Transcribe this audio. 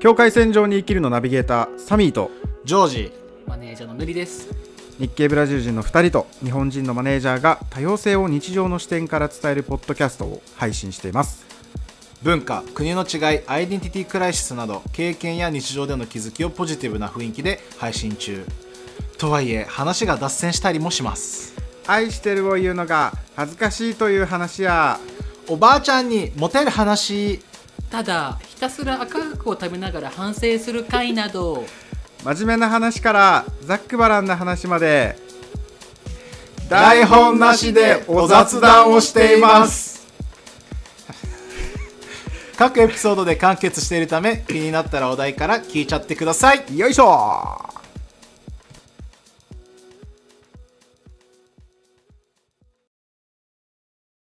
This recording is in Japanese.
境界線上に生きるのナビゲーターサミーとジョージ、 マネージャーの塗りです。 日系ブラジル人の2人と日本人のマネージャーが多様性を日常の視点から伝えるポッドキャストを配信しています。 文化、国の違い、アイデンティティクライシスなど経験や日常での気づきをポジティブな雰囲気で配信中。とはいえ話が脱線したりもします。 愛してるを言うのが恥ずかしいという話や、 おばあちゃんにモテる話、 ただひたすら赤服を食べながら反省する会など、 真面目な話からざっくばらんな話まで台本なしでお雑談をしています。各エピソードで完結しているため、気になったらお題から聞いちゃってください。 よいしょ。